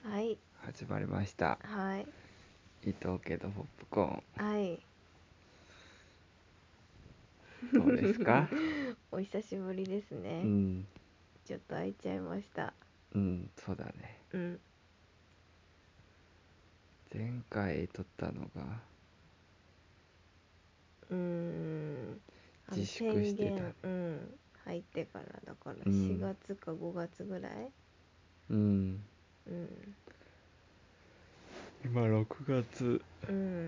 はい、 始まりました。 はい、 伊藤家のポップコーン、 はい。 どうですか？ お久しぶりですね。 うん、 ちょっと空いちゃいました。 そうだね。 うん、 前回撮ったのがうーん、 自粛してたね。 宣言、入ってからだからうん 4月か5月ぐらい。 うん、 うん、 今6月うん、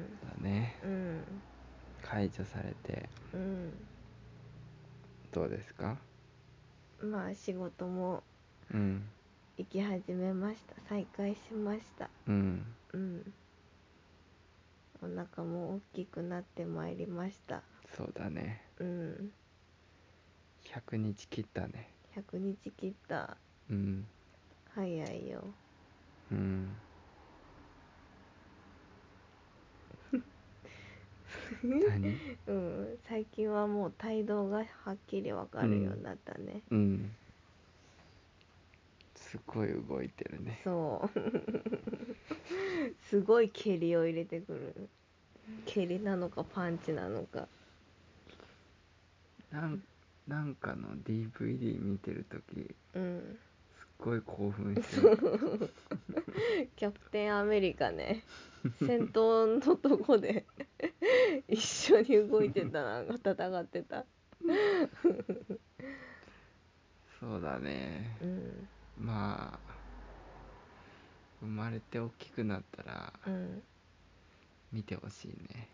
だね。 うん、 解除されてうん。 どうですか？ まあ仕事もうん、 行き始めました。再開しました。 うん、 うん。お腹も大きくなってまいりました。 そうだね。 うん。 100日切ったね。 100日切った。 うん、 早いよ。 うん、何？ うん、最近はもう態度がはっきりわかうん、 るようになったね。 うん、すごい動いてるね。 そうすごい蹴りを入れてくる。蹴りなのかパンチなのか。 なんなんかの DVD 見てるときうん、 すっごい興奮してそ見てうキャプテンアメリカね、戦闘のとこで一緒に動いてた、なんか戦ってた。 そうだね。 うん、 まあ生まれて大きくなったらうん、 見てほしいね。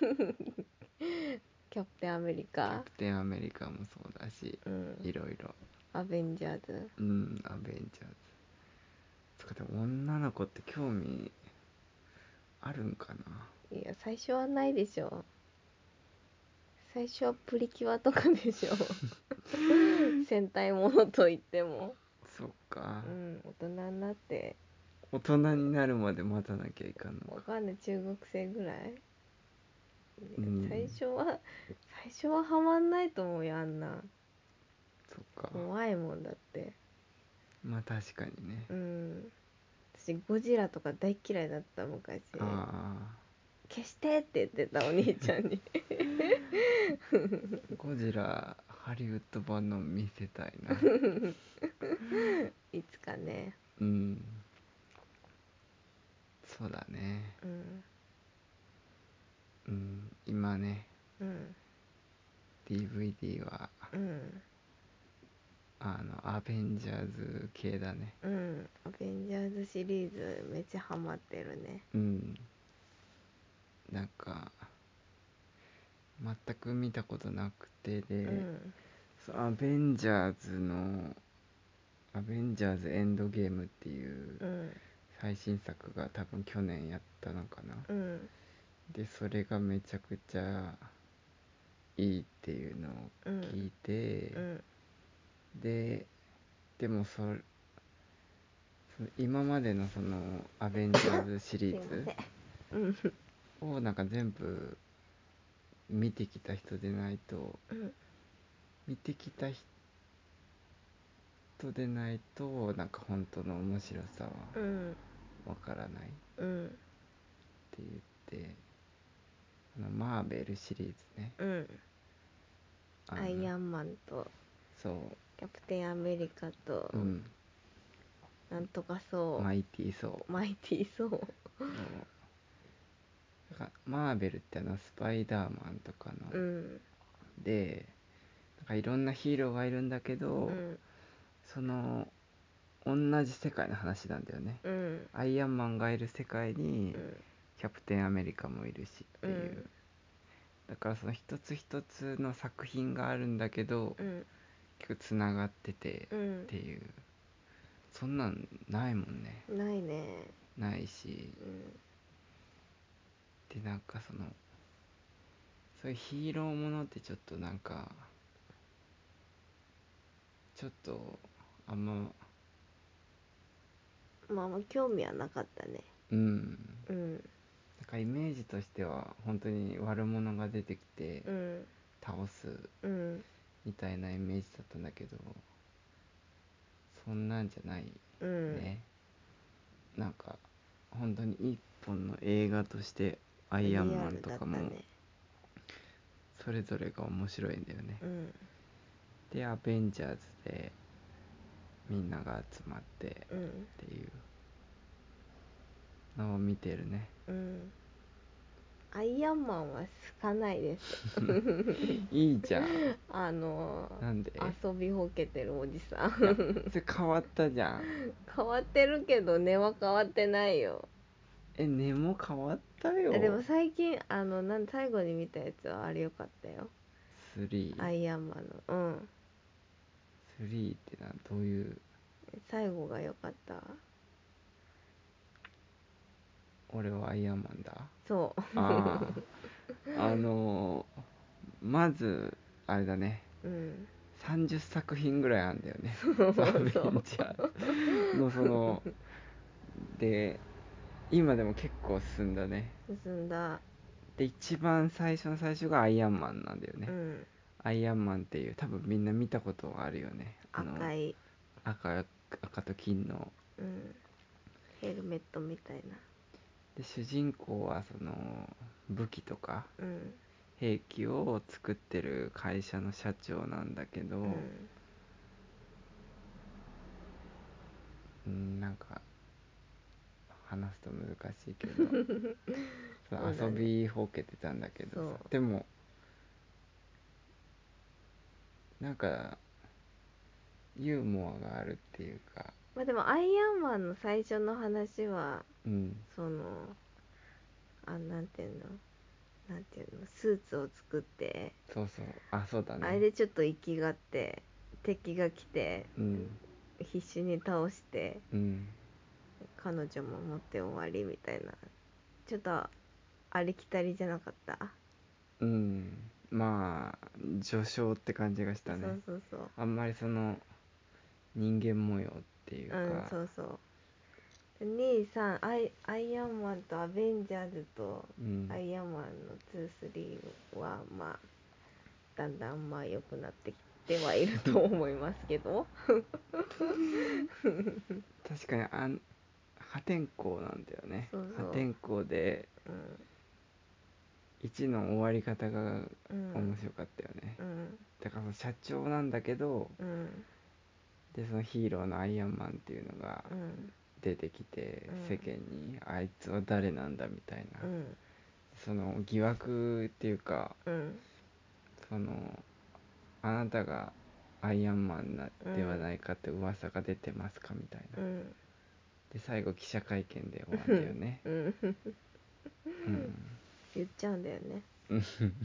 キャプテンアメリキャカ。 プテンアメリカもそうだし、 うん、 いろいろ。 アベンジャーズ。 アベンジャーズとか。でも女の子って興味あるんかな？ いや、最初はないでしょ。最初はプリキュアとかでしょ。戦隊ものといっても。 そっか。 うん、大人になって。 大人になるまで待たなきゃいかんのか。 わかんない、中学生ぐらい。 うん、 最初はハマんないと思うよ、あんな。 そっか。 怖いもんだって。 まあ確かにね。 うん。私ゴジラとか大嫌いだった、昔。 あ消してって言ってた、お兄ちゃんに。 あ、ゴジラハリウッド版の見せたいな。 いつかね。 うん、そうだね。 うん、 今ね、 うん、 DVD はうん、 アベンジャーズ系だね。 うん。アベンジャーズシリーズめっちゃハマってるね。 うん、なんか全く見たことなくて、で、 うん、 そのアベンジャーズエンドゲームっていううん、 最新作が多分去年やったのかな。 うん、 でそれがめちゃくちゃいいっていうのをうん、 聞いて、 うん。 ででもその今までのそのアベンジャーズシリーズすいません。うん、 をなんか全部見てきた人でないと、 うん、 見てきた人でないとなんか本当の面白さはうん、 わからないってうん、 言って、マーベルシリーズね。 うん。 あのアイアンマンとそキャプテンアメリカとなんとかそマイティー・ソう、マイティーソー。 ーの、だからマーベルってスパイダーマンとかのうん、 で、なんかいろんなヒーローがいるんだけど、 うん、 その同じ世界の話なんだよね。 うん、 アイアンマンがいる世界にうん、 キャプテンアメリカもいるしっていう。 うん、 だからその一つ一つの作品があるんだけどうん、 結構つながっててうん。 っていう、そんなんないもんね。 ないね。 ないし、 うん、 でなんかそういうヒーローものってちょっとなんかちょっとあんま、 まあまあ興味はなかったね。 うん、 うん、 なんかイメージとしては本当に悪者が出てきてうん、 倒すうん、 みたいなイメージだったんだけど、そんなんじゃないうん。 ね。 なんか本当に一本の映画としてアイアンマンとかもリアルだったね。 それぞれが面白いんだよね。 うんでアベンジャーズでみんなが集まってっうんていうのを見てるね。 うん。アイアンマンは好かないです。 いいじゃん。なんで？ 遊びほけてるおじさいやん。 それ変わったじゃん。 変わってるけど根は変わってないよ。 根も変わったでもよ。 最近最後に見たやつはあれよかったよ。ア 3?3 イアンマンのってどういう？ 最後が良かった。 俺はアイアンマンだ。 そあまずあれだね、 う。うん 30作品ぐらいあるんだよね。 そうアベンそうジャーので今でも結構進んだね。 進んだ。 で一番最初の最初がアイアンマンなんだよね。 うんアイアンマンっていう多分みんな見たことがあるよね。 赤い、 赤と金の。 うん、ヘルメットみたいな。 で主人公は武器とかうん兵器を作ってる会社の社長なんだけど、 うんなんか話すと難しいけど遊そうだね。 びほうけてたんだけどさ、 そう。 でもなんかユーモアがあるっていうか、 まあでもアイアンマンの最初の話はうん、 なんていうのスーツを作って、 そうそう、そうだあれね、 でちょっと生きがって敵が来てうん、 必死に倒してうん、 彼女も持って終わりみたいな、ちょっとありきたりじゃなかった？ うん、まあ序章って感じがしたね。 そうそうそう。 あんまり人間模様っていううんか、 そうそう。で23アイアンマンとアベンジャーズとうん、 アイアンマンの2、3はまあだんだんまあ良くなってきてはいると思いますけど。 確かに破天荒なんだよね。 そうそう。 破天荒でうん 1の終わり方がうん面白かったよね。 うんだから社長なんだけど、 うんでそのヒーローのアイアンマンっていうのがうん出てきて、 うん世間にあいつは誰なんだみたいな、 うんその疑惑っていうか、 うんそのあなたがアイアンマンではうんないかって噂が出てますかみたいな。 うんで最後記者会見で終わるんだよね。 うんうん言っちゃうんだよね。 うん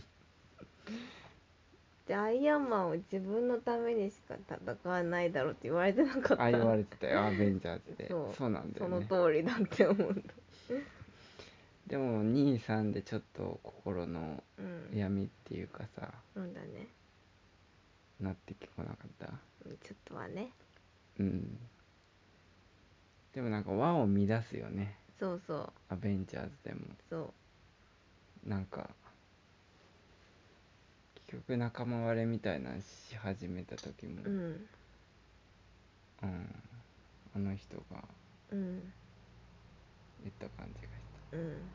でアイアンマンを自分のためにしか戦わないだろうって言われてなかった？ 言われてたよ、アベンジャーズで。 そうそうなんだそのよね。 通りだって思うんだ。 でも23でちょっと心のうん闇っていうかさ、 そうだね。 なってこなかった？ ちょっとはね。 うん。でもなんか輪を乱すよね、 そうそうアベンジャーズでも。 そなんか結局仲間割れみたいなのし始めた時も、 う。うんあの人がうん言った感じがしうん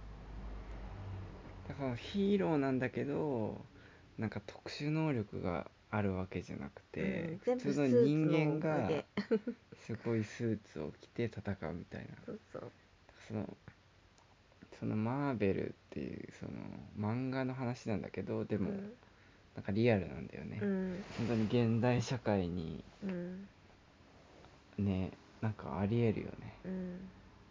た。だからヒーローなんだけど、なんか特殊能力があるわけじゃなくて、 全部ス普通のーツのお人間がかげ。 すごいスーツを着て戦うみたいな。 そうそうそのマーベルっていう漫画の話なんだけど、でもうんなんかリアルなんだよね。 うん本当に現代社会にうんね、なんかありえるよね。 うん。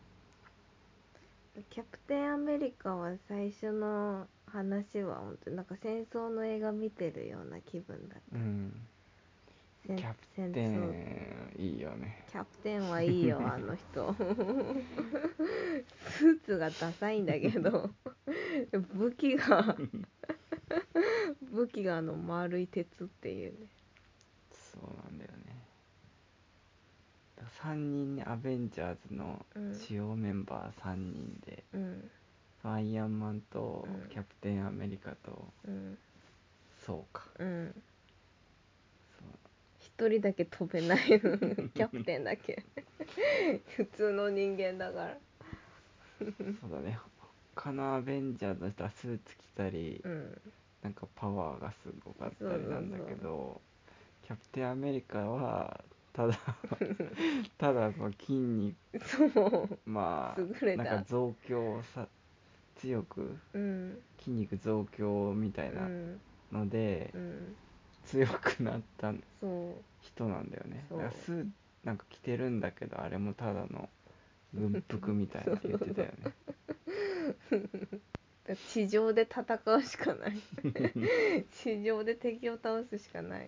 キャプテンアメリカは最初の話は本当になんか戦争の映画見てるような気分だった。 うん。キャプテ戦争。 ンいいよね。 キャプテンはいいよあの人。スーツがダサいんだけど、武器が武器が丸い鉄っていうね。 そうなんだよね。3人ね、アベンジャーズのうん主要メンバー3人で、 うんアイアンマンとうんキャプテンアメリカと、 うんそうか、 うん。 そう、 一人だけ飛べないの。キャプテンだけ。 普通の人間だから。 そうだね。他のアベンジャーズの人はスーツ着たり、 うんなんかパワーがすごかったりなんだけそうど、キャプテンアメリカはただただの筋肉、 そうまあ優れた。 なんか増強さ、強くうん筋肉増強みたいなうんのでうん強くなったそ人なんだよね。 うそうだからなんか着てるんだけど、あれもただの軍服みたいな言ってたよね。 地上で戦うしかない。地上で敵を倒すしかない。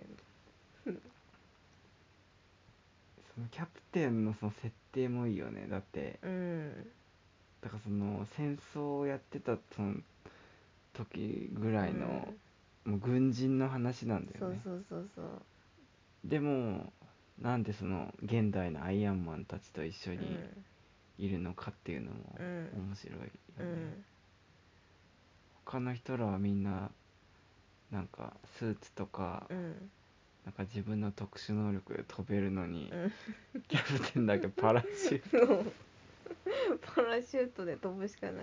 そのキャプテンのその設定もいいよね。だってうんだからその戦争をやってたその時ぐらいの、もう軍人の話なんだよね。 そうでもなんでその現代のアイアンマンたちと一緒にうんいるのかっていうのもうん面白いよね。 うん他の人らはみんななんかスーツとか、 うんなんか自分の特殊能力で飛べるのに、 うんキャプテンだけパラシュート。 そうパラシュートで飛ぶしかない。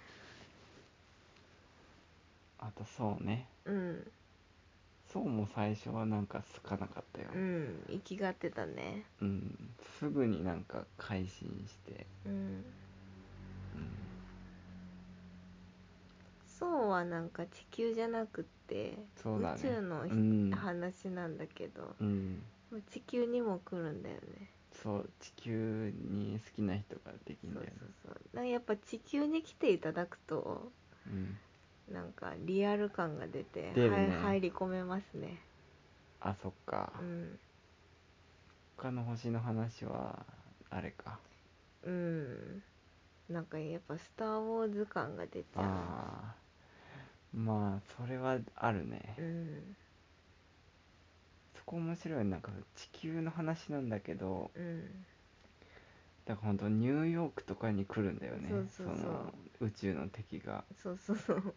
あとそうね、 うんそうも最初はなんか好かなかったよ。 生きがってたね。 うん、すぐになんか改心して、 うんうん、 そうはなんか地球じゃなくって宇そうだね。 宙のうん、 話なんだけど、 うん、 もう地球にも来るんだよね。 そう地球に好きな人ができんそうだよね。 なんかやっぱ地球に来ていただくとうん、 なんかリアル感が出て出るね。 入り込めますね。 あ、そっか。 うん他の星の話はあれか。 うんなんかやっぱスター・ウォーズ感が出ちゃああ、まあそれはあるね。 う。うんそこ面白い。なんか地球の話なんだけど、 うんだから本当ニューヨークとかに来るんだよね。 そうの宇宙の敵が。 そう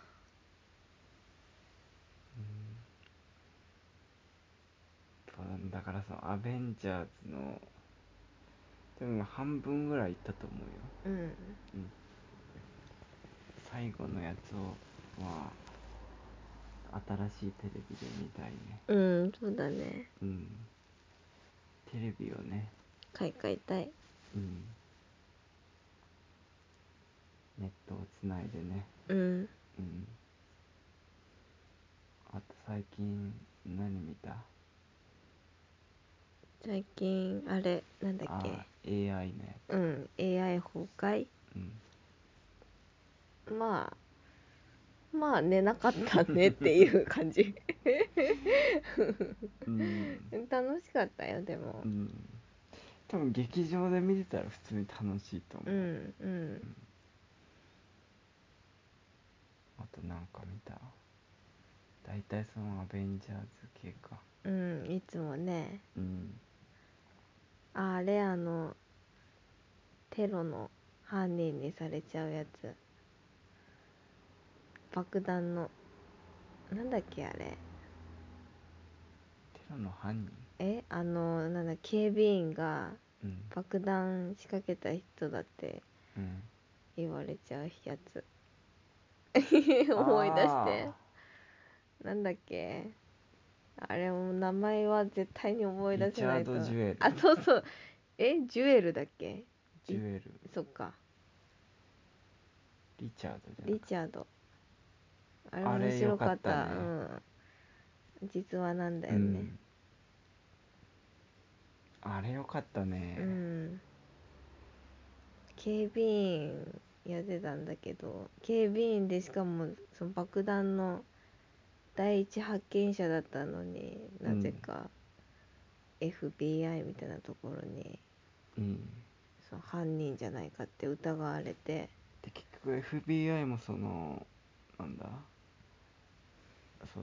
そうだからそのアベンジャーズのでも半分ぐらいいったと思うよ。 うんうん、最後のやつをまあ新しいテレビで見たいね。 うんそうだね。 うん、テレビをね。 買いたい。 うん、ネットをつないでね。 うんうん、あと最近何見た？ 最近あれなんだっけ。 あ、AI ね。 うん AI 崩壊。 うん。 ままあ寝なかったねっていう感じ。 うん。 楽しかったよでも。 うん。多分劇場で見てたら普通に楽しいと思う。 うんあとなんか見た？大体そのアベンジャーズ系か。 いつもね。 うん。 あれテロの犯人にされちゃうやつ。爆弾のなんだっけあれ。 テロの犯人？ なんだ警備員がうん。 爆弾仕掛けた人だってうん。 言われちゃうやつ。思い出しあて。なんだっけあれも名前は絶対に思い出リチャード・せないと。 ジュエル。 あ、そうジュエルだっけ。 ジュエル。 そっか。 リチャードじゃなリくて。 チャード。あれあ面れよかっ白かった。 たね。 実話なんだよね。 うん。あれよかったうね。 ん。警備員やってたんだけど、警備員でしかもその爆弾の第一発見者だったのになぜうん。 か FBI みたいなところにうん。 その犯人じゃないかって疑われて。 で結局 FBI もそのなんだその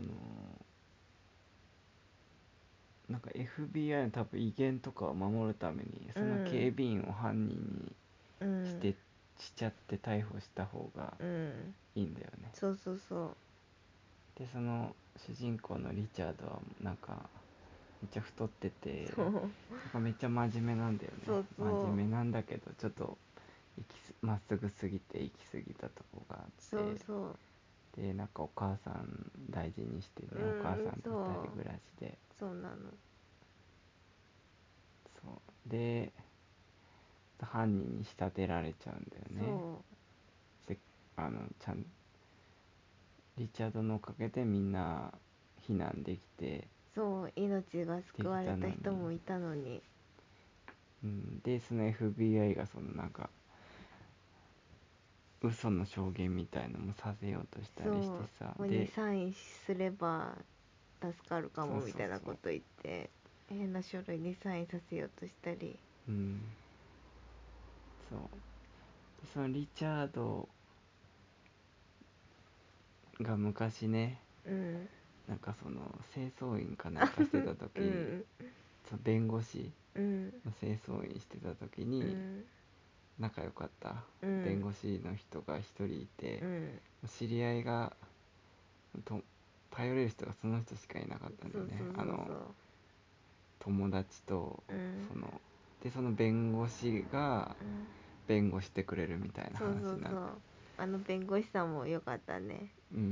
なんか FBI の多分威厳とかを守るためにその警備員を犯人にうんしちゃって逮捕した方がうんいいんだよね。 そうでその主人公のリチャードはなんかめっちゃ太ってて、 そうめっちゃ真面目なんだよね。 そうそう真面目なんだけどちょっとまっすぐすぎて行き過ぎたとこがあって、 そうそうでなんかお母さん大事にしてね、お母さんと2人暮らしで、 そうなの。 そうで犯人に仕立てられちゃうんだよね。 そちゃんリチャードのおかげでみんな避難できて、 そう命が救われた人もいたのに、 でその FBI がそのなんか嘘の証言みたいのもさせようとしたりしてさ、 ここにサインすれば助かるかもみたいなこと言って変な書類にサインさせようとしたり、 そうでそのリチャードが昔ね、なんかその清掃員かなんかしてた時、その弁護士の清掃員してた時に、仲良かった弁護士の人が一人いて、知り合いが頼れる人がその人しかいなかったんだよね。友達と、その弁護士が弁護してくれるみたいな話になって、 あの弁護士さんも良かったね。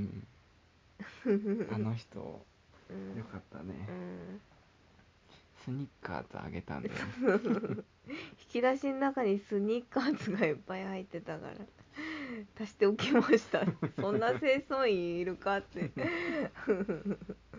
あの人よかったね。スニッカーズあげたんだよね。 引き出しの中にスニッカーズがいっぱい入ってたから足しておきました。そんな清掃員いるかって